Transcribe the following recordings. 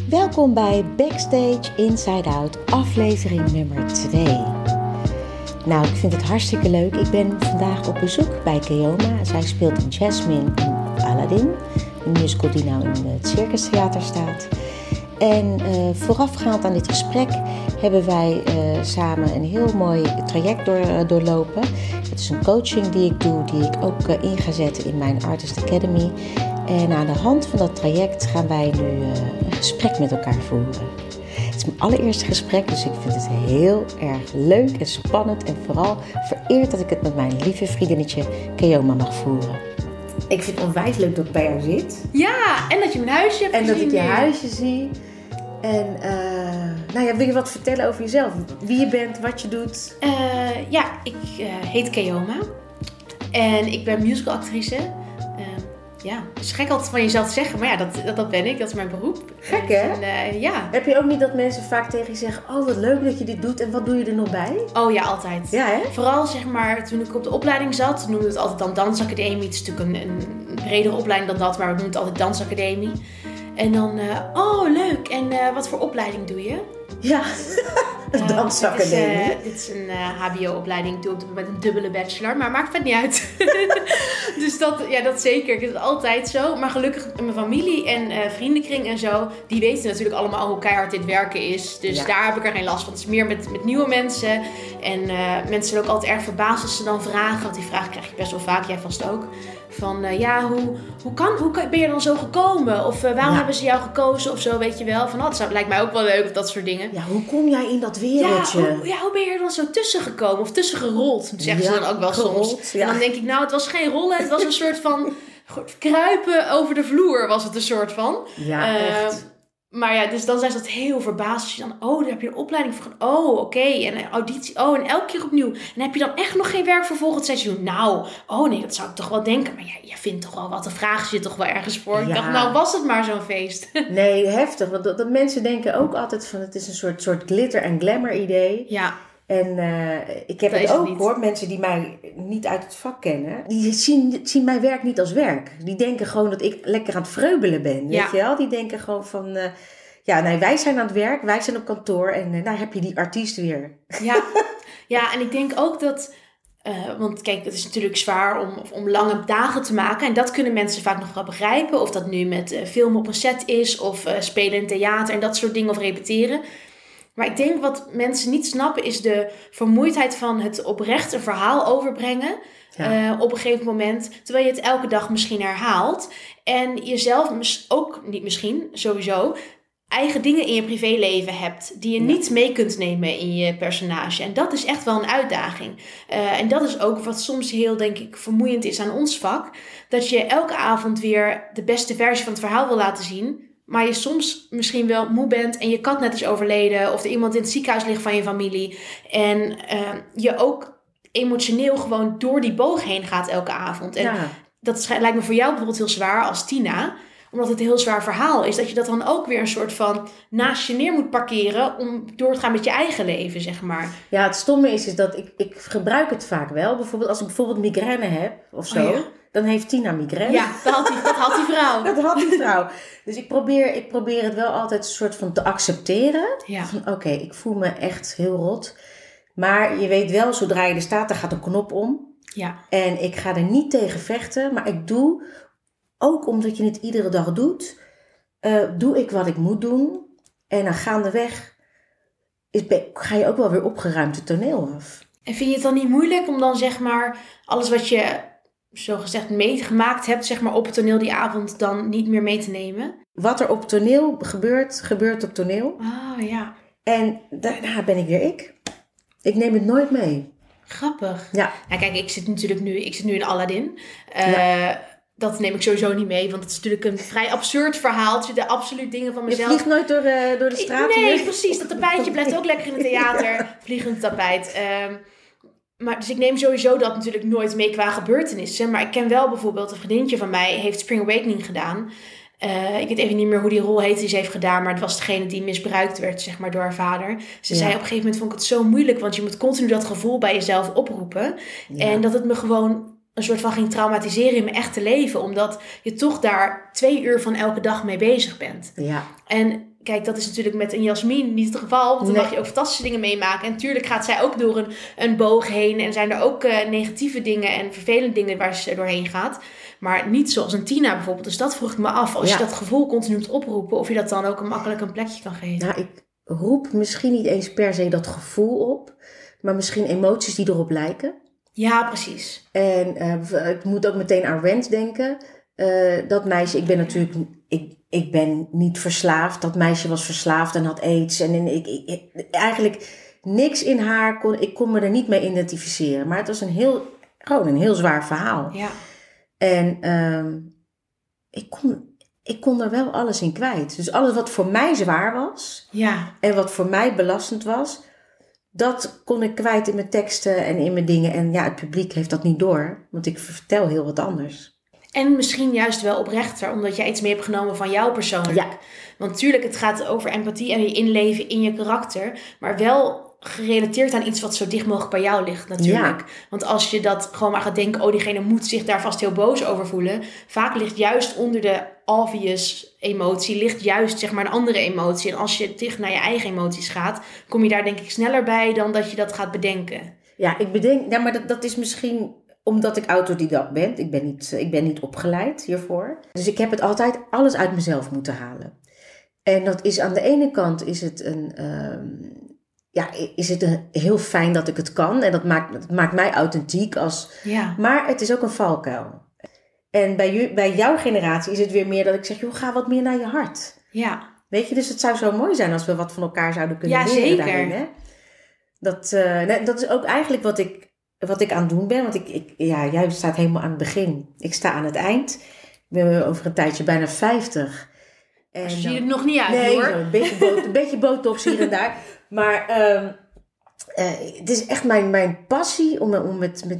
Welkom bij Backstage Inside Out, aflevering nummer 2. Nou, ik vind het hartstikke leuk. Ik ben vandaag op bezoek bij Keoma. Zij speelt in Jasmine in Aladdin, een musical die nou in het Circus Theater staat. En voorafgaand aan dit gesprek hebben wij samen een heel mooi traject doorlopen. Het is een coaching die ik doe, die ik ook in ga zetten in mijn Artist Academy. En aan de hand van dat traject gaan wij nu een gesprek met elkaar voeren. Het is mijn allereerste gesprek, dus ik vind het heel erg leuk en spannend. En vooral vereerd dat ik het met mijn lieve vriendinnetje Keoma mag voeren. Ik vind het onwijs leuk dat ik bij jou zit. Ja, en dat je mijn huisje hebt gezien. En dat ik je huisje zie. En wil je wat vertellen over jezelf? Wie je bent, wat je doet? Ik heet Keoma. En ik ben musicalactrice. Het is gek altijd van jezelf te zeggen, maar ja, dat ben ik. Dat is mijn beroep. Gek, hè? Ja. Heb je ook niet dat mensen vaak tegen je zeggen, oh, wat leuk dat je dit doet en wat doe je er nog bij? Oh ja, altijd. Ja, hè? Vooral, zeg maar, toen ik op de opleiding zat, noemden we het altijd dan dansacademie. Het is natuurlijk een bredere opleiding dan dat, maar we noemen het altijd dansacademie. En dan, leuk. En wat voor opleiding doe je? Ja, een dansacademie. Dit is een hbo-opleiding. Ik doe op dit moment een dubbele bachelor, maar maakt het niet uit. Dus dat zeker. Ik doe het altijd zo. Maar gelukkig mijn familie en vriendenkring en zo, die weten natuurlijk allemaal hoe keihard dit werken is. Dus daar heb ik er geen last van. Het is meer met nieuwe mensen. En mensen zijn ook altijd erg verbaasd als ze dan vragen. Want die vraag krijg je best wel vaak, jij vast ook. Van, hoe ben je dan zo gekomen? Of waarom hebben ze jou gekozen of zo, weet je wel? Van, dat lijkt mij ook wel leuk of dat soort dingen. Ja, hoe kom jij in dat wereldje? Hoe ben je er dan zo tussen gekomen? Of tussen gerold, zeggen ze dan ook wel soms. Ja. En dan denk ik, het was geen rollen. Het was een soort van kruipen over de vloer, was het een soort van. Ja, echt. Maar ja, dus dan zijn ze dat heel verbaasd. Als je dan, daar heb je een opleiding voor. Oh, oké. En een auditie. En elke keer opnieuw. En heb je dan echt nog geen werk voor volgend seizoen? Nou, nee, dat zou ik toch wel denken. Maar ja, je vindt toch wel wat. De vraag zit toch wel ergens voor. Ja. Ik dacht, was het maar zo'n feest. Nee, heftig. Want dat mensen denken ook altijd van, het is een soort glitter en glamour idee. Ja. En ik heb het ook hoor, mensen die mij niet uit het vak kennen, die zien mijn werk niet als werk. Die denken gewoon dat ik lekker aan het vreubelen ben, weet je wel? Die denken gewoon van, wij zijn aan het werk, wij zijn op kantoor en daar heb je die artiest weer. Ja, en ik denk ook dat, want kijk, het is natuurlijk zwaar om lange dagen te maken. En dat kunnen mensen vaak nog wel begrijpen. Of dat nu met filmen op een set is, of spelen in theater en dat soort dingen, of repeteren. Maar ik denk wat mensen niet snappen is de vermoeidheid van het oprecht een verhaal overbrengen. Ja. Op een gegeven moment, terwijl je het elke dag misschien herhaalt. En jezelf ook, niet misschien, sowieso, eigen dingen in je privéleven hebt die je niet mee kunt nemen in je personage. En dat is echt wel een uitdaging. En dat is ook wat soms heel, denk ik, vermoeiend is aan ons vak. Dat je elke avond weer de beste versie van het verhaal wil laten zien, maar je soms misschien wel moe bent en je kat net is overleden, of er iemand in het ziekenhuis ligt van je familie. En je ook emotioneel gewoon door die boog heen gaat elke avond. En dat lijkt me voor jou bijvoorbeeld heel zwaar als Tina, omdat het een heel zwaar verhaal is. Dat je dat dan ook weer een soort van naast je neer moet parkeren om door te gaan met je eigen leven, zeg maar. Ja, het stomme is dat ik gebruik het vaak wel. Bijvoorbeeld als ik migraine heb of zo. Oh ja? Dan heeft Tina migraine. Ja, dat had die vrouw. Dat had die vrouw. Dus ik probeer het wel altijd een soort van te accepteren. Ja. Van oké, ik voel me echt heel rot. Maar je weet wel, zodra je er staat, daar gaat een knop om. Ja. En ik ga er niet tegen vechten. Maar ik doe, ook omdat je het iedere dag doet, doe ik wat ik moet doen. En dan gaandeweg ga je ook wel weer opgeruimd het toneel af. En vind je het dan niet moeilijk om dan zeg maar alles wat je zogezegd meegemaakt hebt, zeg maar op het toneel die avond dan niet meer mee te nemen? Wat er op toneel gebeurt op toneel. Ah, ja. En daarna ben ik weer ik. Ik neem het nooit mee. Grappig. Ja. Nou kijk, ik zit nu in Aladdin. Dat neem ik sowieso niet mee, want het is natuurlijk een vrij absurd verhaal. Het zitten absoluut dingen van mezelf. Je vliegt nooit door de straat? Nee, precies. Dat tapijtje blijft ook lekker in het theater. Vliegend tapijt. Dus ik neem sowieso dat natuurlijk nooit mee qua gebeurtenissen. Maar ik ken wel bijvoorbeeld een vriendinnetje van mij heeft Spring Awakening gedaan. Ik weet even niet meer hoe die rol heet die ze heeft gedaan. Maar het was degene die misbruikt werd, zeg maar, door haar vader. Ze zei op een gegeven moment, vond ik het zo moeilijk. Want je moet continu dat gevoel bij jezelf oproepen. Ja. En dat het me gewoon een soort van ging traumatiseren in mijn echte leven. Omdat je toch daar 2 uur van elke dag mee bezig bent. Ja. En kijk, dat is natuurlijk met een Jasmin niet het geval. Want dan mag je ook fantastische dingen meemaken. En natuurlijk gaat zij ook door een boog heen. En zijn er ook negatieve dingen en vervelende dingen waar ze doorheen gaat. Maar niet zoals een Tina bijvoorbeeld. Dus dat vroeg ik me af. Als je dat gevoel continu moet oproepen. Of je dat dan ook makkelijk een plekje kan geven. Nou, ik roep misschien niet eens per se dat gevoel op. Maar misschien emoties die erop lijken. Ja, precies. En ik moet ook meteen aan Rent denken. Dat meisje, ik ben natuurlijk... Ik ben niet verslaafd. Dat meisje was verslaafd en had aids. En eigenlijk niks in haar ik kon me er niet mee identificeren. Maar het was gewoon een heel zwaar verhaal. Ja. En ik kon er wel alles in kwijt. Dus alles wat voor mij zwaar was. Ja. En wat voor mij belastend was. Dat kon ik kwijt in mijn teksten en in mijn dingen. En ja, het publiek heeft dat niet door. Want ik vertel heel wat anders. En misschien juist wel oprechter, omdat jij iets mee hebt genomen van jou persoonlijk. Ja. Want natuurlijk, het gaat over empathie en je inleven in je karakter. Maar wel gerelateerd aan iets wat zo dicht mogelijk bij jou ligt natuurlijk. Ja. Want als je dat gewoon maar gaat denken, diegene moet zich daar vast heel boos over voelen. Vaak ligt juist onder de obvious emotie, ligt juist zeg maar een andere emotie. En als je dicht naar je eigen emoties gaat, kom je daar denk ik sneller bij dan dat je dat gaat bedenken. Ja, ik bedenk, maar dat is misschien... Omdat ik autodidact ben. Ik ben niet opgeleid hiervoor. Dus ik heb het altijd alles uit mezelf moeten halen. En dat is aan de ene kant is het heel fijn dat ik het kan. En dat maakt mij authentiek. Maar het is ook een valkuil. En bij jouw generatie is het weer meer dat ik zeg, joh, ga wat meer naar je hart. Ja. Weet je, dus het zou zo mooi zijn als we wat van elkaar zouden kunnen leren zeker. daarin. Hè? Dat is ook eigenlijk wat ik aan het doen ben. Want jij staat helemaal aan het begin. Ik sta aan het eind. Ik ben over een tijdje bijna 50. En zie je het nog niet uit, hoor. Nee, een beetje botox hier en daar. Maar het is echt mijn passie om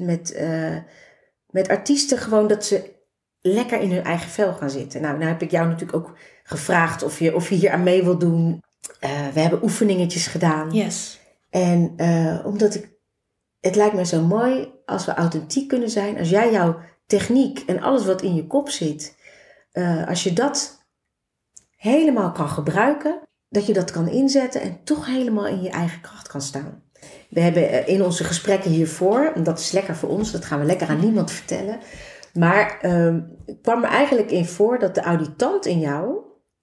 met artiesten gewoon dat ze lekker in hun eigen vel gaan zitten. Nou heb ik jou natuurlijk ook gevraagd of je hier aan mee wil doen. We hebben oefeningetjes gedaan. Yes. En omdat het lijkt me zo mooi als we authentiek kunnen zijn. Als jij jouw techniek en alles wat in je kop zit. Als je dat helemaal kan gebruiken. Dat je dat kan inzetten en toch helemaal in je eigen kracht kan staan. We hebben in onze gesprekken hiervoor. En dat is lekker voor ons. Dat gaan we lekker aan niemand vertellen. Maar het kwam er eigenlijk in voor dat de auditant in jou...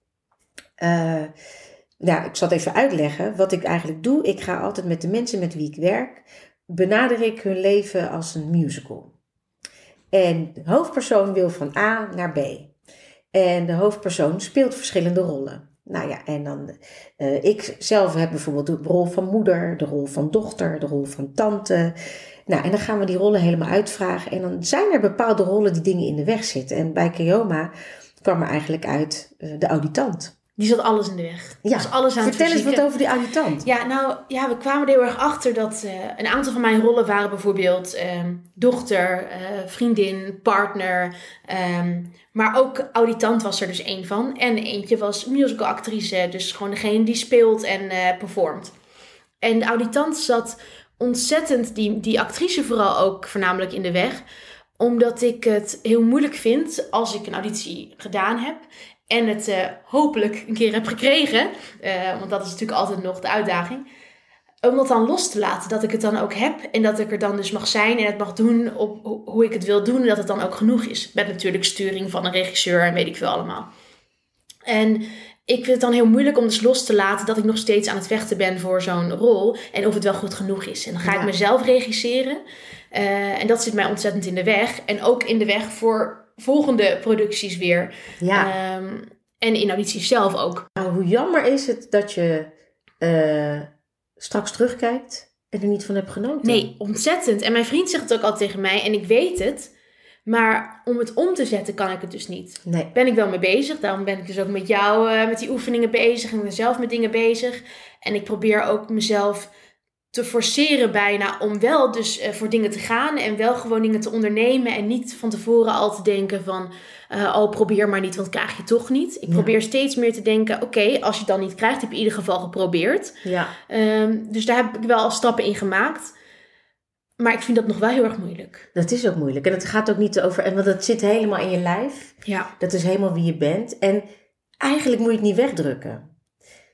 ik zal het even uitleggen. Wat ik eigenlijk doe. Ik ga altijd met de mensen met wie ik werk... benader ik hun leven als een musical. En de hoofdpersoon wil van A naar B. En de hoofdpersoon speelt verschillende rollen. Nou ja, en dan... ik zelf heb bijvoorbeeld de rol van moeder, de rol van dochter, de rol van tante. Nou, en dan gaan we die rollen helemaal uitvragen. En dan zijn er bepaalde rollen die dingen in de weg zitten. En bij Keoma kwam er eigenlijk uit de auditant. Die zat alles in de weg. Ja, alles aan vertel eens wat over die auditant. Ja, we kwamen er heel erg achter dat een aantal van mijn rollen waren bijvoorbeeld dochter, vriendin, partner. Maar ook auditant was er dus één van. En eentje was musicalactrice, dus gewoon degene die speelt en performt. En de auditant zat ontzettend, die actrice vooral ook voornamelijk in de weg. Omdat ik het heel moeilijk vind als ik een auditie gedaan heb... En het hopelijk een keer heb gekregen. Want dat is natuurlijk altijd nog de uitdaging. Om dat dan los te laten. Dat ik het dan ook heb. En dat ik er dan dus mag zijn. En het mag doen op hoe ik het wil doen. En dat het dan ook genoeg is. Met natuurlijk sturing van een regisseur. En weet ik veel allemaal. En ik vind het dan heel moeilijk om dus los te laten. Dat ik nog steeds aan het vechten ben voor zo'n rol. En of het wel goed genoeg is. En dan ga ik mezelf regisseren. En dat zit mij ontzettend in de weg. En ook in de weg voor... volgende producties weer. Ja. En in audities zelf ook. Nou, hoe jammer is het dat je straks terugkijkt en er niet van hebt genoten? Nee, ontzettend. En mijn vriend zegt het ook altijd tegen mij en ik weet het. Maar om het om te zetten kan ik het dus niet. Nee. Ben ik wel mee bezig. Daarom ben ik dus ook met jou met die oefeningen bezig. En ik ben zelf met dingen bezig. En ik probeer ook mezelf te forceren bijna om wel dus voor dingen te gaan en wel gewoon dingen te ondernemen en niet van tevoren al te denken van probeer maar niet, want krijg je toch niet. Ik probeer steeds meer te denken, oké, als je het dan niet krijgt, heb je in ieder geval geprobeerd. Ja. Dus daar heb ik wel al stappen in gemaakt. Maar ik vind dat nog wel heel erg moeilijk. Dat is ook moeilijk. En het gaat ook niet over, want dat zit helemaal in je lijf. Ja. Dat is helemaal wie je bent. En eigenlijk moet je het niet wegdrukken.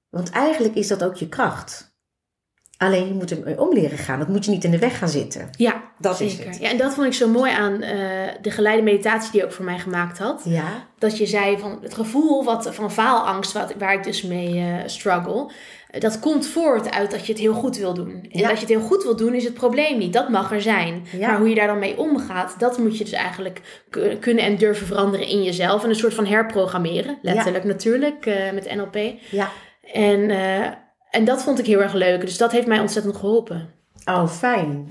Want eigenlijk is dat ook je kracht. Alleen je moet ermee om leren gaan. Dat moet je niet in de weg gaan zitten. Ja, dat zeker. is het. Ja, en dat vond ik zo mooi aan de geleide meditatie die je ook voor mij gemaakt had. Ja. Dat je zei van het gevoel van faalangst, waar ik dus mee struggle. Dat komt voort uit dat je het heel goed wil doen. En dat je het heel goed wil doen is het probleem niet. Dat mag er zijn. Ja. Maar hoe je daar dan mee omgaat, dat moet je dus eigenlijk kunnen en durven veranderen in jezelf. En een soort van herprogrammeren. Letterlijk natuurlijk, met NLP. Ja. En dat vond ik heel erg leuk. Dus dat heeft mij ontzettend geholpen. Oh, fijn.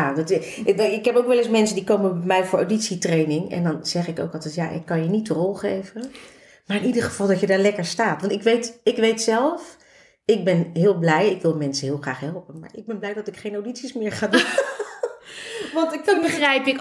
Ik heb ook wel eens mensen die komen bij mij voor auditietraining. En dan zeg ik ook altijd, ik kan je niet de rol geven. Maar in ieder geval dat je daar lekker staat. Want ik weet zelf, ik ben heel blij. Ik wil mensen heel graag helpen. Maar ik ben blij dat ik geen audities meer ga doen. Want dat begrijp ik.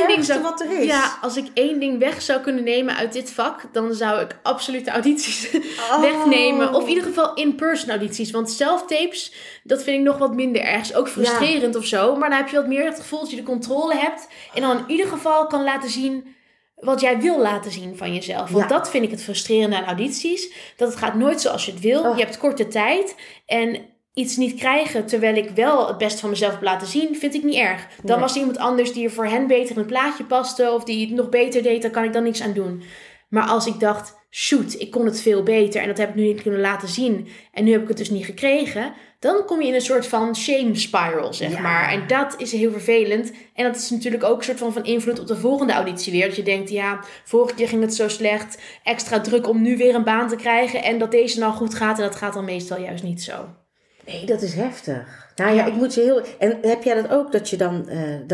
Als ik één ding weg zou kunnen nemen uit dit vak, dan zou ik absoluut de audities wegnemen. Of in ieder geval in-person audities. Want self-tapes, dat vind ik nog wat minder erg. Ook frustrerend of zo. Maar dan heb je wat meer het gevoel dat je de controle hebt. En dan in ieder geval kan laten zien wat jij wil laten zien van jezelf. Want dat vind ik het frustrerende aan audities. Dat het gaat nooit zoals je het wil. Je hebt korte tijd. En iets niet krijgen terwijl ik wel het beste van mezelf heb laten zien, vind ik niet erg. Dan was er iemand anders die er voor hen beter in het plaatje paste of die het nog beter deed, dan kan ik dan niks aan doen. Maar als ik dacht, shoot, ik kon het veel beter en dat heb ik nu niet kunnen laten zien en nu heb ik het dus niet gekregen, dan kom je in een soort van shame spiral, zeg maar. En dat is heel vervelend. En dat is natuurlijk ook een soort van invloed op de volgende auditie weer. Dat je denkt, vorige keer ging het zo slecht, extra druk om nu weer een baan te krijgen en dat deze nou goed gaat en dat gaat dan meestal juist niet zo. Nee, dat is heftig. Nou ja, ik moet je heel... En heb jij dat ook, dat je dan...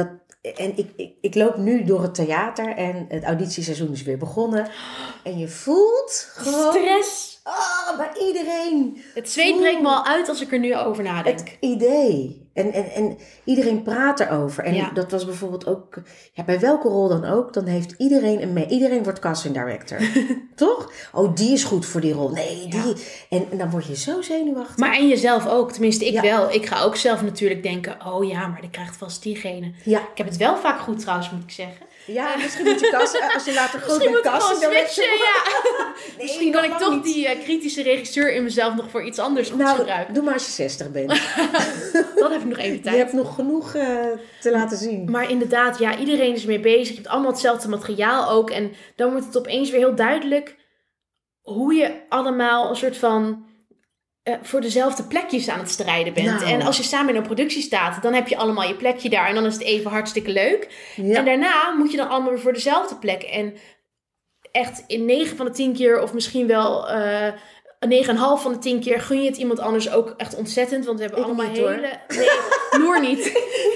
En ik loop nu door het theater en het auditieseizoen is weer begonnen. En je voelt gewoon... stress. Bij iedereen. Het zweet breekt me al uit als ik er nu over nadenk. Het idee. En iedereen praat erover. En dat was bijvoorbeeld ook... bij welke rol dan ook, dan heeft iedereen iedereen wordt casting director. Toch? Oh, die is goed voor die rol. Nee, die... En dan word je zo zenuwachtig. Maar en jezelf ook. Tenminste, ik wel. Ik ga ook zelf natuurlijk denken... maar die krijgt vast diegene. Ja. Ik heb het wel vaak goed trouwens, moet ik zeggen. Ja, misschien moet je kassen, als je later groot bent kassen. Switchen, nee, misschien kan ik toch die kritische regisseur in mezelf nog voor iets anders gebruiken. Doe maar als je 60 bent. Dan heb ik nog even tijd. Je hebt nog genoeg te laten zien. Maar inderdaad, iedereen is ermee bezig. Je hebt allemaal hetzelfde materiaal ook. En dan wordt het opeens weer heel duidelijk hoe je allemaal een soort van... voor dezelfde plekjes aan het strijden bent. Nou. En als je samen in een productie staat, dan heb je allemaal je plekje daar. En dan is het even hartstikke leuk. Ja. En daarna moet je dan allemaal weer voor dezelfde plek. En echt in 9 van de 10 keer, of misschien wel 9,5 van de 10 keer, gun je het iemand anders ook echt ontzettend. Want we hebben allemaal niet, hele... Nee, Noor niet.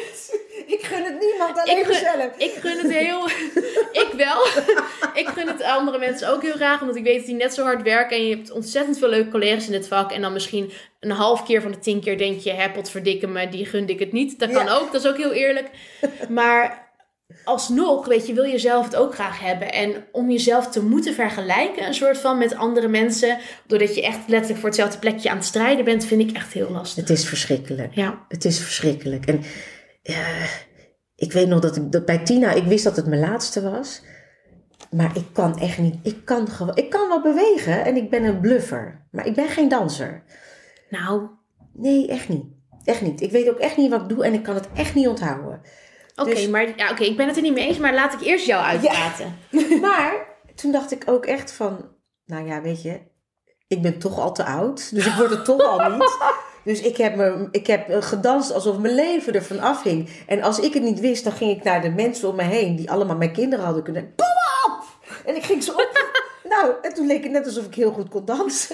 Ik gun het niemand, alleen mezelf. Ik gun het heel... Ik wel. Ik gun het andere mensen ook heel graag. Omdat ik weet dat die net zo hard werken. En je hebt ontzettend veel leuke collega's in dit vak. En dan misschien een half keer van de 10 keer denk je... potverdikke me, die gunde ik het niet. Dat kan ook. Dat is ook heel eerlijk. Maar alsnog, wil je zelf het ook graag hebben. En om jezelf te moeten vergelijken... een soort van met andere mensen... doordat je echt letterlijk voor hetzelfde plekje aan het strijden bent... vind ik echt heel lastig. Het is verschrikkelijk. Ja. Het is verschrikkelijk. En... ik weet nog dat bij Tina, ik wist dat het mijn laatste was. Maar ik kan echt niet. Ik kan wel bewegen en ik ben een bluffer. Maar ik ben geen danser. Nou. Nee, echt niet. Echt niet. Ik weet ook echt niet wat ik doe en ik kan het echt niet onthouden. Oké, ik ben het er niet mee eens, maar laat ik eerst jou uitpraten. Ja. Maar toen dacht ik ook echt van, weet je, ik ben toch al te oud. Dus ik word het toch al niet. Dus ik heb gedanst alsof mijn leven ervan afhing. En als ik het niet wist, dan ging ik naar de mensen om me heen... die allemaal mijn kinderen hadden kunnen... Kom op! En ik ging zo op. En toen leek het net alsof ik heel goed kon dansen.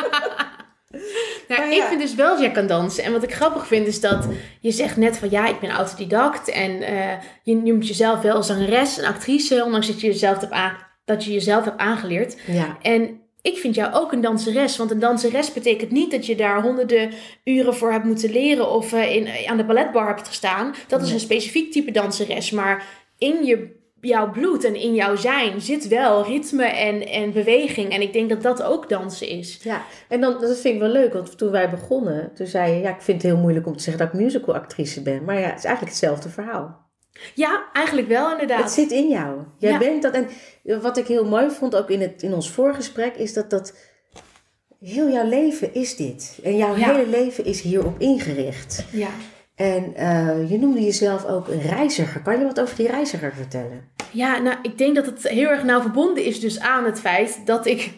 Ik vind dus wel dat jij kan dansen. En wat ik grappig vind is dat je zegt net van... ik ben autodidact. En je noemt jezelf wel zangeres en actrice... ondanks dat je jezelf hebt aangeleerd. Ja. En... ik vind jou ook een danseres. Want een danseres betekent niet dat je daar honderden uren voor hebt moeten leren. Of aan de balletbar hebt gestaan. Dat is een specifiek type danseres. Maar in jouw bloed en in jouw zijn zit wel ritme en beweging. En ik denk dat dat ook dansen is. Ja, en dat vind ik wel leuk. Want toen wij begonnen, toen zei je... ik vind het heel moeilijk om te zeggen dat ik musicalactrice ben. Maar het is eigenlijk hetzelfde verhaal. Ja, eigenlijk wel inderdaad. Het zit in jou. Jij bent dat. En wat ik heel mooi vond, ook in ons voorgesprek, is dat heel jouw leven is dit. En jouw hele leven is hierop ingericht. Ja. En je noemde jezelf ook een reiziger. Kan je wat over die reiziger vertellen? Ja, nou, ik denk dat het heel erg nauw verbonden is dus aan het feit dat ik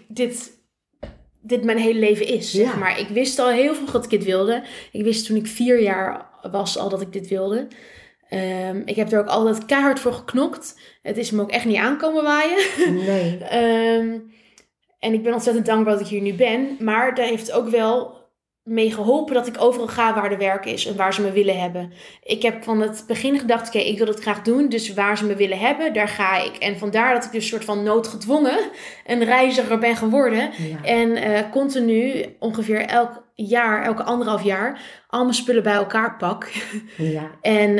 dit mijn hele leven is, zeg maar. Ik wist al heel vroeg dat ik dit wilde. Ik wist toen ik 4 jaar was al dat ik dit wilde. Ik heb er ook altijd keihard voor geknokt. Het is me ook echt niet aankomen waaien. Nee. En ik ben ontzettend dankbaar dat ik hier nu ben. Maar daar heeft ook wel mee geholpen dat ik overal ga waar de werk is en waar ze me willen hebben. Ik heb van het begin gedacht, oké, ik wil het graag doen, dus waar ze me willen hebben, daar ga ik. En vandaar dat ik dus een soort van noodgedwongen een reiziger ben geworden. Ja. En continu, ongeveer elke 1,5 jaar, al mijn spullen bij elkaar pak. Ja. En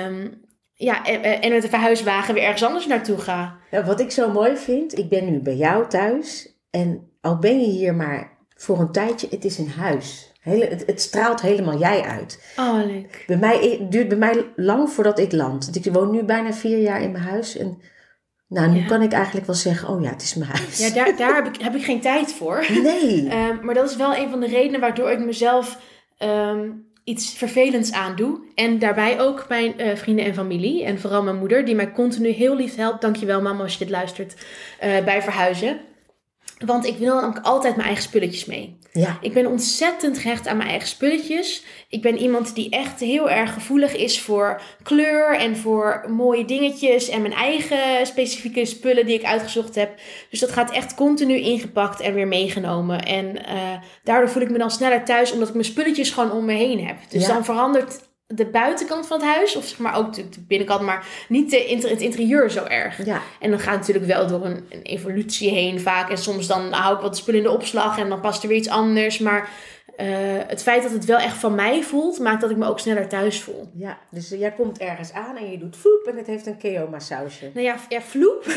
met de verhuiswagen weer ergens anders naartoe ga. Ja, wat ik zo mooi vind, ik ben nu bij jou thuis en al ben je hier maar voor een tijdje, het is een huis. Het straalt helemaal jij uit. Oh, leuk. Het duurt bij mij lang voordat ik land. Want ik woon nu bijna 4 jaar in mijn huis. En nu kan ik eigenlijk wel zeggen, oh ja, het is mijn huis. Ja, daar heb ik geen tijd voor. Nee. Maar dat is wel een van de redenen waardoor ik mezelf iets vervelends aandoe. En daarbij ook mijn vrienden en familie. En vooral mijn moeder, die mij continu heel lief helpt. Dankjewel mama als je dit luistert. Bij verhuizen. Want ik wil namelijk altijd mijn eigen spulletjes mee. Ja. Ik ben ontzettend gehecht aan mijn eigen spulletjes. Ik ben iemand die echt heel erg gevoelig is voor kleur en voor mooie dingetjes. En mijn eigen specifieke spullen die ik uitgezocht heb. Dus dat gaat echt continu ingepakt en weer meegenomen. En daardoor voel ik me dan sneller thuis omdat ik mijn spulletjes gewoon om me heen heb. Dus dan verandert de buitenkant van het huis, of zeg maar ook de binnenkant, maar niet het interieur zo erg. Ja. En dan gaat het natuurlijk wel door een evolutie heen vaak. En soms dan hou ik wat spullen in de opslag en dan past er weer iets anders. Maar het feit dat het wel echt van mij voelt, maakt dat ik me ook sneller thuis voel. Ja, dus jij komt ergens aan en je doet vloep en het heeft een Keoma sausje. Nou ja, vloep.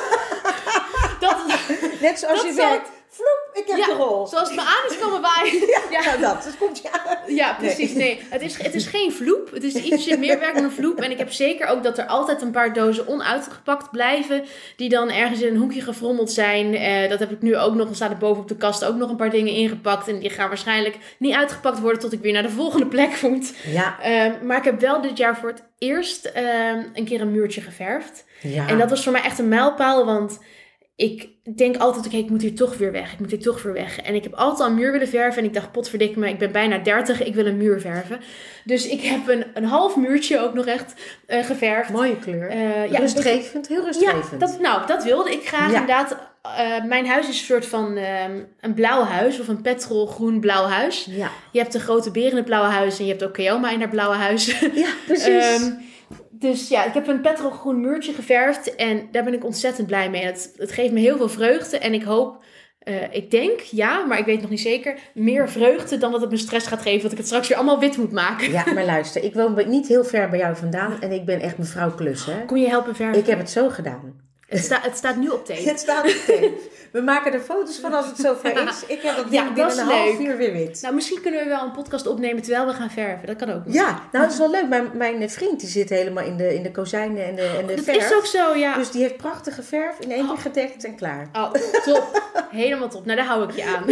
Net zoals je werkt. Vloep, ik heb de rol. Zoals het me aan is komen waaien. Dat komt je aan. Ja, precies. Nee, het is geen vloep. Het is ietsje meer werk dan een vloep. En ik heb zeker ook dat er altijd een paar dozen onuitgepakt blijven. Die dan ergens in een hoekje gefrommeld zijn. Dat heb ik nu ook nog. Er staat er boven op de kast ook nog een paar dingen ingepakt. En die gaan waarschijnlijk niet uitgepakt worden tot ik weer naar de volgende plek moet. Ja. Maar ik heb wel dit jaar voor het eerst een keer een muurtje geverfd. Ja. En dat was voor mij echt een mijlpaal, want ik denk altijd, oké, ik moet hier toch weer weg. En ik heb altijd al een muur willen verven. En ik dacht, potverdikke me, ik ben bijna 30, ik wil een muur verven. Dus ik heb een half muurtje ook nog echt geverfd. Mooie kleur. Rustgevend, heel rustgevend. Ja, dat wilde ik graag inderdaad. Mijn huis is een soort van een blauw huis. Of een petrolgroen blauw huis. Ja. Je hebt de grote beer in het blauwe huis. En je hebt ook Keoma in haar blauwe huis. Ja, precies. Dus ja, ik heb een petrolgroen muurtje geverfd en daar ben ik ontzettend blij mee. Het geeft me heel veel vreugde en ik hoop, ik denk, maar ik weet nog niet zeker, meer vreugde dan dat het me stress gaat geven dat ik het straks weer allemaal wit moet maken. Ja, maar luister, ik woon niet heel ver bij jou vandaan en ik ben echt mevrouw Klus, hè? Kon je helpen verven? Ik heb het zo gedaan. Het staat nu op tape. Het staat op tape. We maken er foto's van als het zover is. Ik heb dat ding binnen een half uur weer wit. Nou, misschien kunnen we wel een podcast opnemen terwijl we gaan verven. Dat kan ook nog. Ja, nou dat is wel leuk. Mijn vriend die zit helemaal in de kozijnen en de dat verf. Dat is ook zo, ja. Dus die heeft prachtige verf in 1 keer gedekt en klaar. Oh, top. Helemaal top. Nou, daar hou ik je aan.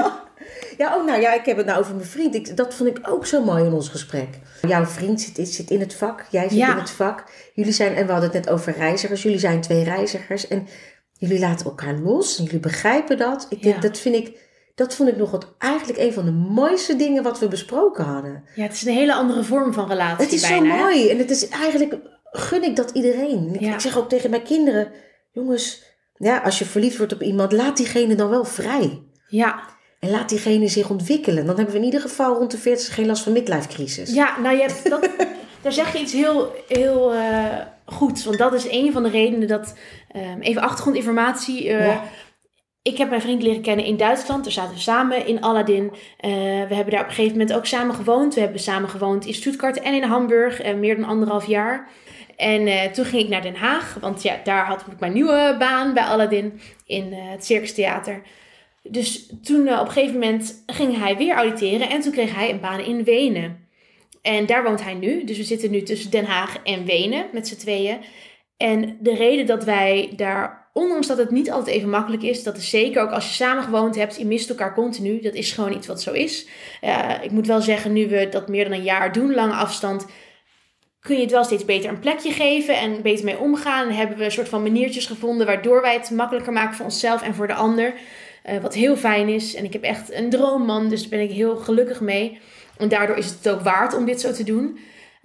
Ik heb het nou over mijn vriend. Dat vond ik ook zo mooi in ons gesprek. Jouw vriend zit in het vak. Jij zit in het vak. Jullie zijn, en we hadden het net over reizigers. Jullie zijn 2 reizigers. En jullie laten elkaar los. En jullie begrijpen dat. Dat vond ik nog eigenlijk een van de mooiste dingen wat we besproken hadden. Ja, het is een hele andere vorm van relatie. Het is bijna, zo mooi. En het is eigenlijk, gun ik dat iedereen. Ik zeg ook tegen mijn kinderen, jongens, als je verliefd wordt op iemand, laat diegene dan wel vrij. Ja. En laat diegene zich ontwikkelen. Dan hebben we in ieder geval rond de 40 geen last van midlife crisis. Ja, nou daar zeg je iets heel, heel goeds. Want dat is een van de redenen dat, even achtergrondinformatie. Ik heb mijn vriend leren kennen in Duitsland. Daar zaten we samen in Aladdin. We hebben daar op een gegeven moment ook samen gewoond. We hebben samen gewoond in Stuttgart en in Hamburg. Meer dan 1,5 jaar. En toen ging ik naar Den Haag. Want daar had ik mijn nieuwe baan bij Aladdin in het Circus Theater. Dus toen op een gegeven moment ging hij weer auditeren. En toen kreeg hij een baan in Wenen. En daar woont hij nu. Dus we zitten nu tussen Den Haag en Wenen met z'n tweeën. En de reden dat wij daar, ondanks dat het niet altijd even makkelijk is, dat is zeker ook als je samen gewoond hebt, je mist elkaar continu. Dat is gewoon iets wat zo is. Ik moet wel zeggen, nu we dat meer dan een jaar doen, lange afstand, kun je het wel steeds beter een plekje geven en beter mee omgaan. En hebben we een soort van maniertjes gevonden waardoor wij het makkelijker maken voor onszelf en voor de ander. Wat heel fijn is. En ik heb echt een droomman, dus daar ben ik heel gelukkig mee. En daardoor is het ook waard om dit zo te doen.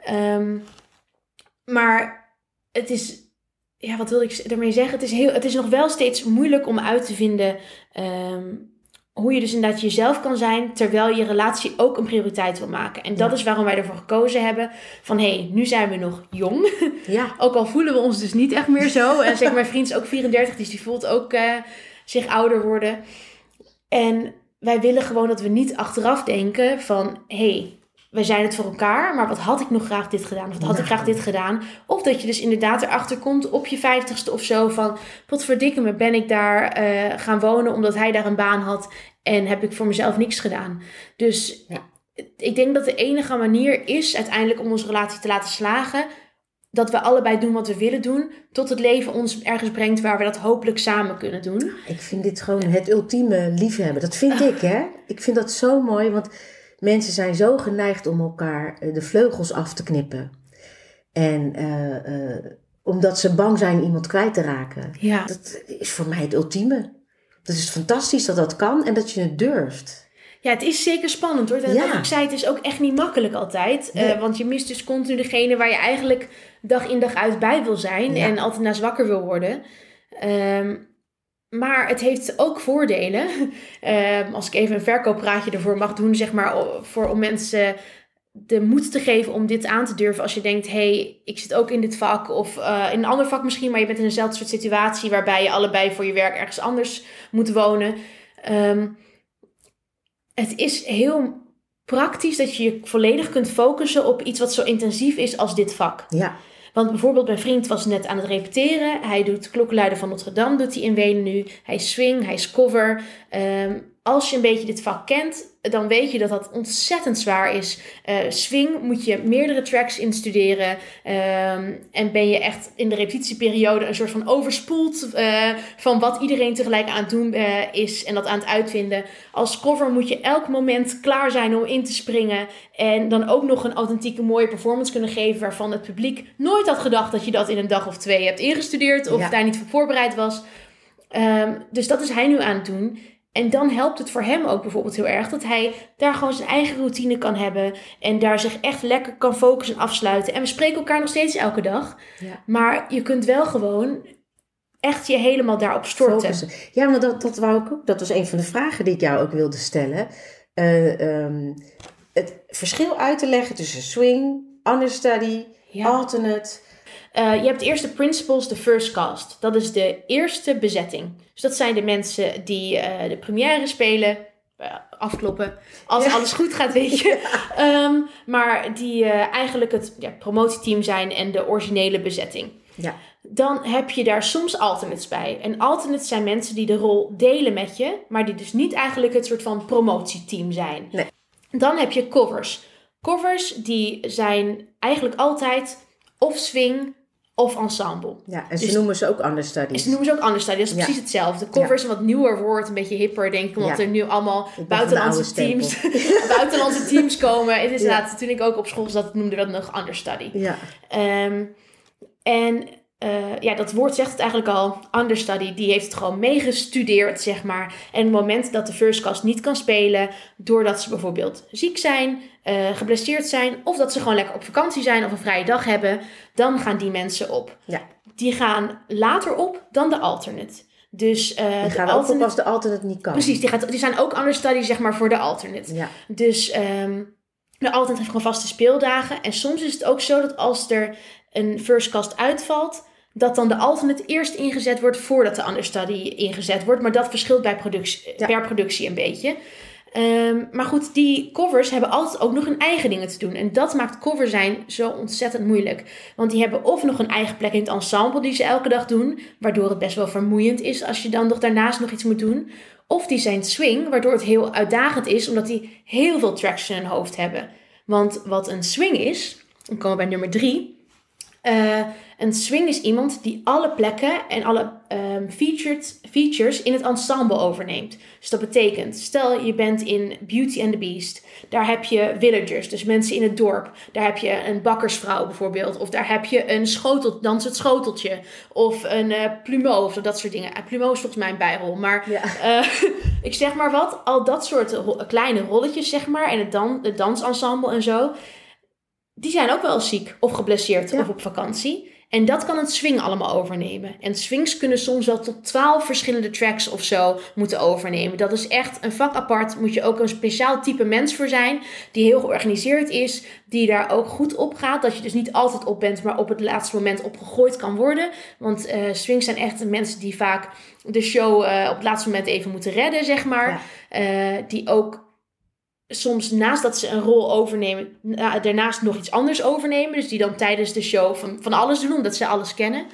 Maar het is, ja, wat wil ik daarmee zeggen? Het is nog wel steeds moeilijk om uit te vinden hoe je dus inderdaad jezelf kan zijn, terwijl je relatie ook een prioriteit wil maken. En dat is waarom wij ervoor gekozen hebben van, nu zijn we nog jong. Ja. Ook al voelen we ons dus niet echt meer zo. En zeg, mijn vriend is ook 34, dus die voelt ook zich ouder worden. En wij willen gewoon dat we niet achteraf denken van, wij zijn het voor elkaar, maar wat had ik nog graag dit gedaan? Of wat had ik graag dit gedaan? Of dat je dus inderdaad erachter komt op je 50ste of zo van, potverdikke me, ben ik daar gaan wonen omdat hij daar een baan had en heb ik voor mezelf niks gedaan. Dus ik denk dat de enige manier is uiteindelijk om onze relatie te laten slagen, dat we allebei doen wat we willen doen, tot het leven ons ergens brengt waar we dat hopelijk samen kunnen doen. Ik vind dit gewoon het ultieme liefhebben. Dat vind ik, hè. Ik vind dat zo mooi, want mensen zijn zo geneigd om elkaar de vleugels af te knippen. En omdat ze bang zijn iemand kwijt te raken. Ja. Dat is voor mij het ultieme. Dat is fantastisch dat dat kan en dat je het durft. Ja, het is zeker spannend hoor. Dat ik zei, het is ook echt niet makkelijk altijd. Nee. Want je mist dus continu degene waar je eigenlijk dag in dag uit bij wil zijn. Ja. En altijd naast wakker wil worden. Maar het heeft ook voordelen. Als ik even een verkooppraatje ervoor mag doen, zeg maar, om mensen de moed te geven om dit aan te durven. Als je denkt, ik zit ook in dit vak of in een ander vak misschien, maar je bent in eenzelfde soort situatie waarbij je allebei voor je werk ergens anders moet wonen. Het is heel praktisch dat je je volledig kunt focussen op iets wat zo intensief is als dit vak. Ja. Want bijvoorbeeld mijn vriend was net aan het repeteren. Hij doet Klokkenluider van Notre Dame, doet hij in Wenen nu. Hij is swing, hij is cover. Als je een beetje dit vak kent, dan weet je dat dat ontzettend zwaar is. Swing moet je meerdere tracks instuderen. En ben je echt in de repetitieperiode een soort van overspoeld van wat iedereen tegelijk aan het doen is en dat aan het uitvinden. Als cover moet je elk moment klaar zijn om in te springen. En dan ook nog een authentieke mooie performance kunnen geven waarvan het publiek nooit had gedacht dat je dat in een dag of 2 hebt ingestudeerd of daar niet voor voorbereid was. Dus dat is hij nu aan het doen. En dan helpt het voor hem ook bijvoorbeeld heel erg dat hij daar gewoon zijn eigen routine kan hebben. En daar zich echt lekker kan focussen en afsluiten. En we spreken elkaar nog steeds elke dag. Ja. Maar je kunt wel gewoon echt je helemaal daarop storten. Focussen. Ja, maar dat wou ik ook. Dat was een van de vragen die ik jou ook wilde stellen. Het verschil uit te leggen tussen swing, understudy, alternate. Je hebt eerst de principals, de first cast. Dat is de eerste bezetting. Dus dat zijn de mensen die de première spelen. Afkloppen. Als alles goed gaat, weet je. Ja. Maar die eigenlijk het promotieteam zijn en de originele bezetting. Ja. Dan heb je daar soms alternates bij. En alternates zijn mensen die de rol delen met je. Maar die dus niet eigenlijk het soort van promotieteam zijn. Nee. Dan heb je covers. Covers die zijn eigenlijk altijd of swing of ensemble. Ja, en ze noemen ze ook understudies. Ze noemen ze ook understudies. Dat is precies hetzelfde. Cover is een wat nieuwer woord, een beetje hipper, denk ik. Omdat er nu allemaal buitenlandse teams komen. Het is inderdaad, toen ik ook op school zat, noemden we dat nog understudy. Ja. Dat woord zegt het eigenlijk al. Understudy, die heeft het gewoon meegestudeerd, zeg maar. En op het moment dat de first cast niet kan spelen, doordat ze bijvoorbeeld ziek zijn, geblesseerd zijn, of dat ze gewoon lekker op vakantie zijn of een vrije dag hebben, dan gaan die mensen op. Ja. Die gaan later op dan de alternate. Dus, die gaan ook op als de alternate niet kan. Precies, die zijn ook understudy, zeg maar, voor de alternate. Ja. Dus de alternate heeft gewoon vaste speeldagen. En soms is het ook zo dat als er een first cast uitvalt, dat dan de alternate eerst ingezet wordt voordat de understudy ingezet wordt. Maar dat verschilt bij per productie een beetje. Maar goed, die covers hebben altijd ook nog hun eigen dingen te doen. En dat maakt cover zijn zo ontzettend moeilijk. Want die hebben of nog een eigen plek in het ensemble die ze elke dag doen, waardoor het best wel vermoeiend is als je dan nog daarnaast nog iets moet doen. Of die zijn swing, waardoor het heel uitdagend is, omdat die heel veel tracks in hun hoofd hebben. Want wat een swing is, dan komen we bij nummer 3... Een swing is iemand die alle plekken en alle features in het ensemble overneemt. Dus dat betekent, stel je bent in Beauty and the Beast. Daar heb je villagers, dus mensen in het dorp. Daar heb je een bakkersvrouw bijvoorbeeld. Of daar heb je een dansend schoteltje. Of een plumeau of dat soort dingen. Plumeau is volgens mij een bijrol. Maar ik zeg maar wat. Al dat soort kleine rolletjes zeg maar. En het dansensemble en zo. Die zijn ook wel ziek of geblesseerd of op vakantie. En dat kan een swing allemaal overnemen. En swings kunnen soms wel tot 12 verschillende tracks of zo moeten overnemen. Dat is echt een vak apart. Moet je ook een speciaal type mens voor zijn. Die heel georganiseerd is. Die daar ook goed op gaat. Dat je dus niet altijd op bent, maar op het laatste moment opgegooid kan worden. Want swings zijn echt mensen die vaak de show op het laatste moment even moeten redden, zeg maar. Ja. Die ook soms naast dat ze een rol overnemen, daarnaast nog iets anders overnemen. Dus die dan tijdens de show van alles doen, omdat ze alles kennen.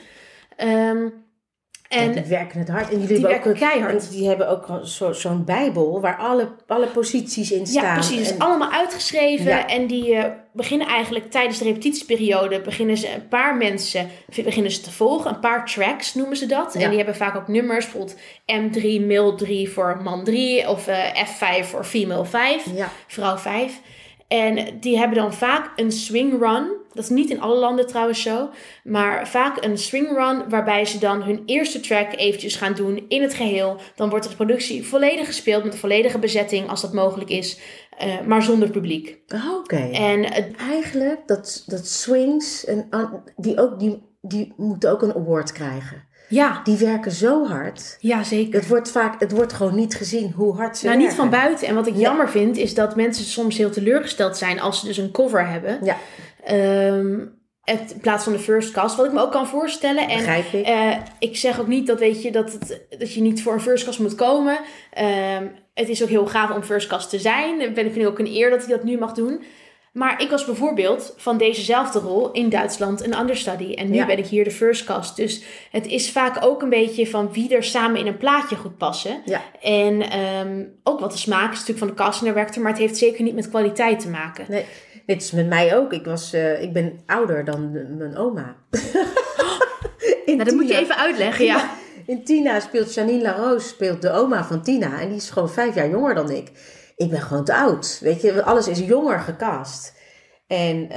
En die werken het hard. En die werken keihard. Die hebben ook zo'n bijbel waar alle posities in staan. Ja, precies. En allemaal uitgeschreven. Ja. En die beginnen eigenlijk tijdens de repetitieperiode, een paar mensen beginnen ze te volgen. Een paar tracks noemen ze dat. Ja. En die hebben vaak ook nummers. Bijvoorbeeld M3, male 3 voor man 3. Of F5 voor female 5. Ja. Vrouw 5. En die hebben dan vaak een swing run. Dat is niet in alle landen trouwens zo. Maar vaak een swing run waarbij ze dan hun eerste track eventjes gaan doen in het geheel. Dan wordt de productie volledig gespeeld met een volledige bezetting als dat mogelijk is. Maar zonder publiek. Oké. En eigenlijk dat swings, die moeten ook een award krijgen. Ja. Die werken zo hard. Ja, zeker. Het wordt gewoon niet gezien hoe hard ze werken. Niet van buiten. En wat ik jammer vind, is dat mensen soms heel teleurgesteld zijn als ze dus een cover hebben. Ja. In plaats van de first cast. Wat ik me ook kan voorstellen. Begrijp ik. Ik zeg ook niet dat je niet voor een first cast moet komen. Het is ook heel gaaf om first cast te zijn. Ik vind ook een eer dat hij dat nu mag doen. Maar ik was bijvoorbeeld van dezezelfde rol in Duitsland een understudy. En nu ben ik hier de first cast. Dus het is vaak ook een beetje van wie er samen in een plaatje goed passen. Ja. En ook wat de smaak is natuurlijk van de casting director. Maar het heeft zeker niet met kwaliteit te maken. Nee, dit is met mij ook. Ik ben ouder dan mijn oma. Dat moet je even uitleggen, ja. In Tina speelt Janine Larose de oma van Tina. En die is gewoon 5 jaar jonger dan ik. Ik ben gewoon te oud. Weet je, alles is jonger gecast. En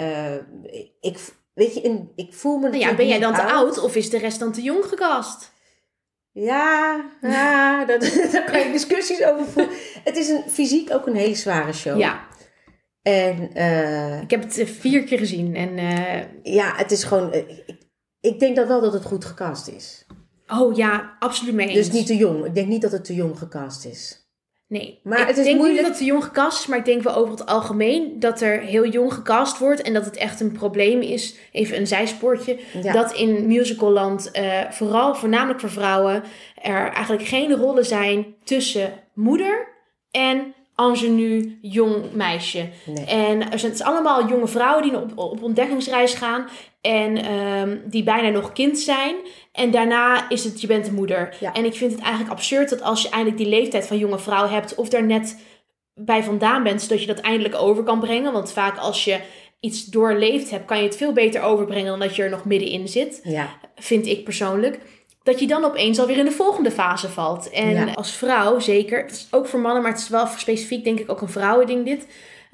ik voel me... Nou ja, ben jij dan te oud of is de rest dan te jong gecast? Ja, daar kan je discussies over voeren. Het is fysiek ook een hele zware show. Ja. En, ik heb het 4 keer gezien. En, ja, het is gewoon... Ik denk dat wel dat het goed gecast is. Oh ja, absoluut mee eens. Dus niet te jong. Ik denk niet dat het te jong gecast is. Nee, maar ik denk niet dat het te jong gecast is, maar ik denk wel over het algemeen dat er heel jong gecast wordt en dat het echt een probleem is, even een zijspoortje, dat in musicalland voornamelijk voor vrouwen er eigenlijk geen rollen zijn tussen moeder en ingenue jong meisje. Nee. En het zijn allemaal jonge vrouwen die op ontdekkingsreis gaan en die bijna nog kind zijn. En daarna is het, je bent de moeder. Ja. En ik vind het eigenlijk absurd dat als je eindelijk die leeftijd van jonge vrouw hebt, of daar net bij vandaan bent, zodat je dat eindelijk over kan brengen. Want vaak als je iets doorleefd hebt, kan je het veel beter overbrengen dan dat je er nog middenin zit. Ja. Vind ik persoonlijk. Dat je dan opeens alweer in de volgende fase valt. En als vrouw zeker, het is ook voor mannen, maar het is wel specifiek denk ik ook een vrouwending dit.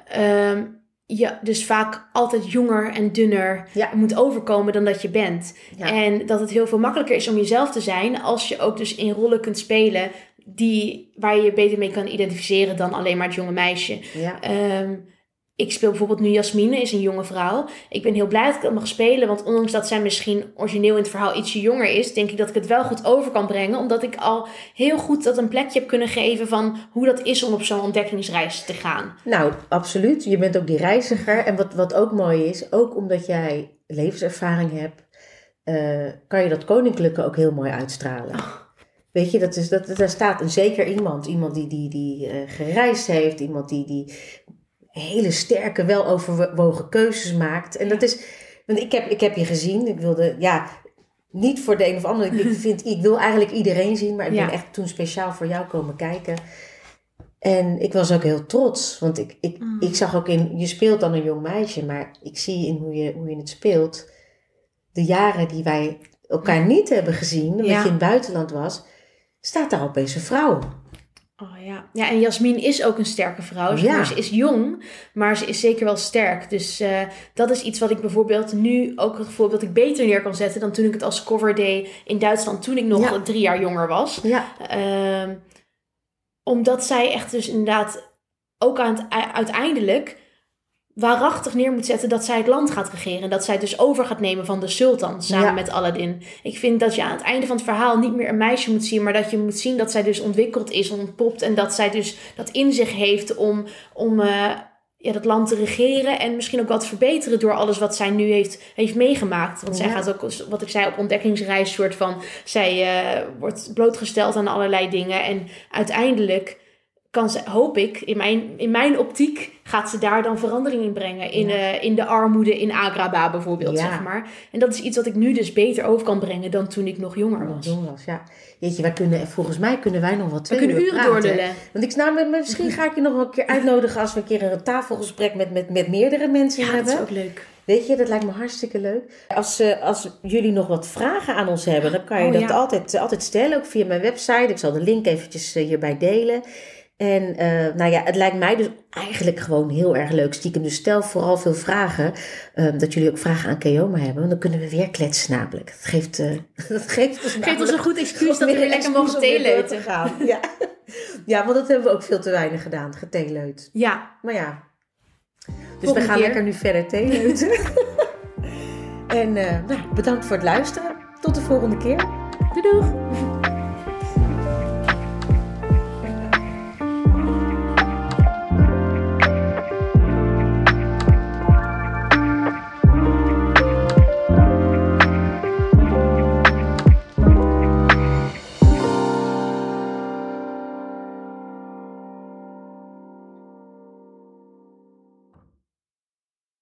Dus vaak altijd jonger en dunner moet overkomen dan dat je bent. Ja. En dat het heel veel makkelijker is om jezelf te zijn als je ook dus in rollen kunt spelen waar je je beter mee kan identificeren dan alleen maar het jonge meisje. Ja. Ik speel bijvoorbeeld nu Jasmine, is een jonge vrouw. Ik ben heel blij dat ik dat mag spelen. Want ondanks dat zij misschien origineel in het verhaal ietsje jonger is, denk ik dat ik het wel goed over kan brengen. Omdat ik al heel goed dat een plekje heb kunnen geven van hoe dat is om op zo'n ontdekkingsreis te gaan. Nou, absoluut. Je bent ook die reiziger. En wat ook mooi is, ook omdat jij levenservaring hebt, kan je dat koninklijke ook heel mooi uitstralen. Oh. Weet je, daar staat zeker iemand die gereisd heeft. Iemand die hele sterke, weloverwogen keuzes maakt. En dat is... Want ik heb je gezien. Ik wilde... niet voor de een of ander. Ik wil eigenlijk iedereen zien. Maar ik ben echt toen speciaal voor jou komen kijken. En ik was ook heel trots. Want ik zag ook je speelt dan een jong meisje. Maar ik zie in hoe je het speelt. de jaren die wij elkaar niet hebben gezien, omdat Ja. je in het buitenland was, staat daar opeens een vrouw. Oh ja. Ja, en Jasmin is ook een sterke vrouw. Ja. Ze is jong, maar ze is zeker wel sterk. Dus dat is iets wat ik bijvoorbeeld nu ook het voorbeeld ik beter neer kan zetten dan toen ik het als cover deed in Duitsland toen ik nog 3 jaar jonger was. Ja. Omdat zij echt dus inderdaad ook uiteindelijk waarachtig neer moet zetten dat zij het land gaat regeren. En dat zij het dus over gaat nemen van de sultan samen met Aladdin. Ik vind dat je aan het einde van het verhaal niet meer een meisje moet zien, maar dat je moet zien dat zij dus ontwikkeld is, ontpopt. En dat zij dus dat in zich heeft om dat land te regeren. En misschien ook wat verbeteren door alles wat zij nu heeft meegemaakt. Want zij gaat ook, wat ik zei, op ontdekkingsreis soort van. Zij wordt blootgesteld aan allerlei dingen. En uiteindelijk hoop ik, in mijn optiek, gaat ze daar dan verandering in brengen. In de armoede in Agrabah bijvoorbeeld, zeg maar. En dat is iets wat ik nu dus beter over kan brengen dan toen ik nog jonger was. Ja. Weet je, volgens mij kunnen wij nog wel 2 uur uren doorlullen. Want misschien ga ik je nog wel een keer uitnodigen als we een keer een tafelgesprek met meerdere mensen hebben. Ja, dat is ook leuk. Weet je, dat lijkt me hartstikke leuk. Als jullie nog wat vragen aan ons hebben, dan kan je dat altijd stellen. Ook via mijn website. Ik zal de link eventjes hierbij delen. En het lijkt mij dus eigenlijk gewoon heel erg leuk. Stiekem, dus stel vooral veel vragen. Dat jullie ook vragen aan Keoma hebben. Want dan kunnen we weer kletsen namelijk. Dat geeft ons een goed excuus dat we weer lekker mogen theeleuten. Ja, want dat hebben we ook veel te weinig gedaan. Getheeleut. Ja. Maar ja. Dus we gaan lekker nu verder theeleuten. En bedankt voor het luisteren. Tot de volgende keer. Doei doeg.